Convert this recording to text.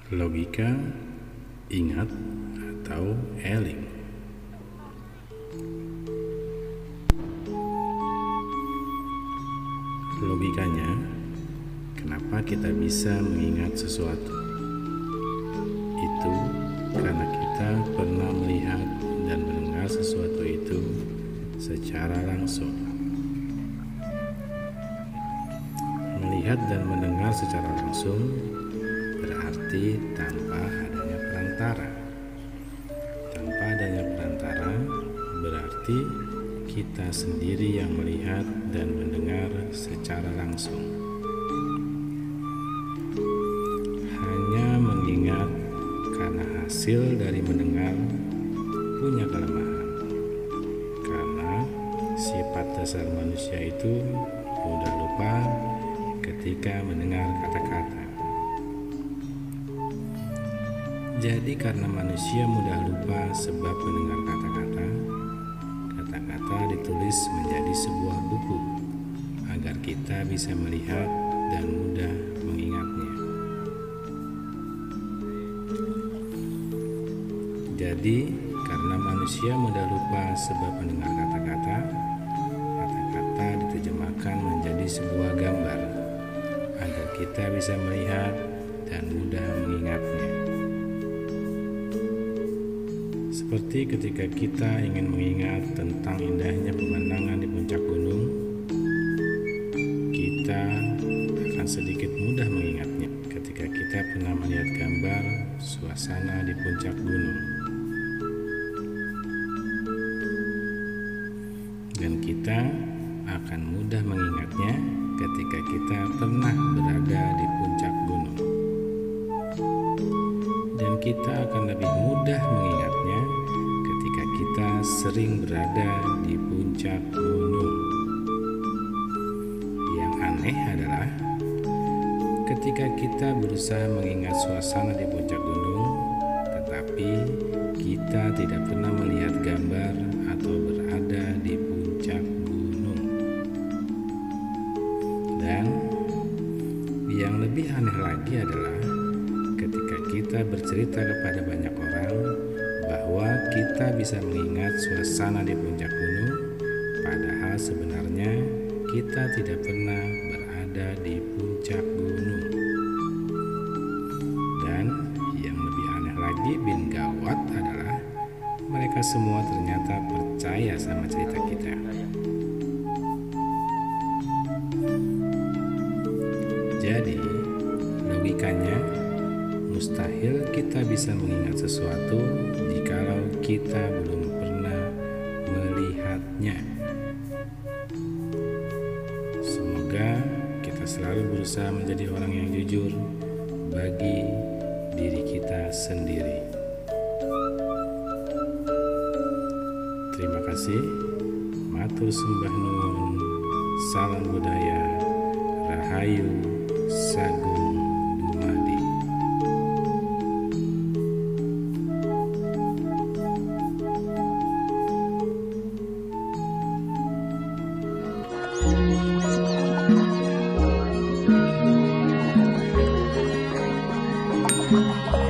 Logika, ingat, atau eling. Logikanya, kenapa kita bisa mengingat sesuatu? Itu karena kita pernah melihat dan mendengar sesuatu itu secara langsung. Melihat dan mendengar secara langsung berarti tanpa adanya perantara. Tanpa adanya perantara berarti kita sendiri yang melihat dan mendengar secara langsung. Hanya mengingat karena hasil dari mendengar punya kelemahan. Karena sifat dasar manusia itu mudah lupa ketika mendengar kata-kata. Jadi karena manusia mudah lupa sebab mendengar kata-kata, kata-kata ditulis menjadi sebuah buku agar kita bisa melihat dan mudah mengingatnya. Jadi karena manusia mudah lupa sebab mendengar kata-kata, kata-kata diterjemahkan menjadi sebuah gambar agar kita bisa melihat dan mudah mengingatnya. Seperti ketika kita ingin mengingat tentang indahnya pemandangan di puncak gunung, kita akan sedikit mudah mengingatnya ketika kita pernah melihat gambar suasana di puncak gunung. Dan kita akan mudah mengingatnya ketika kita pernah berada di puncak gunung. Dan kita akan lebih mudah mengingatnya ketika kita sering berada di puncak gunung. Yang aneh adalah ketika kita berusaha mengingat suasana di puncak gunung, tetapi kita tidak pernah melihat gambar atau berada di puncak gunung. Dan yang lebih aneh lagi adalah ketika kita bercerita kepada banyak orang bahwa kita bisa mengingat suasana di puncak gunung, padahal sebenarnya kita tidak pernah berada di puncak gunung. Dan yang lebih aneh lagi bin gawat adalah mereka semua ternyata percaya sama cerita kita. Jadi logikanya, mustahil kita bisa mengingat sesuatu jikalau kita belum pernah melihatnya. Semoga kita selalu berusaha menjadi orang yang jujur bagi diri kita sendiri. Terima kasih. Matur sembah nuwun. Salam budaya. Rahayu. Sagung dumadi. Thank you.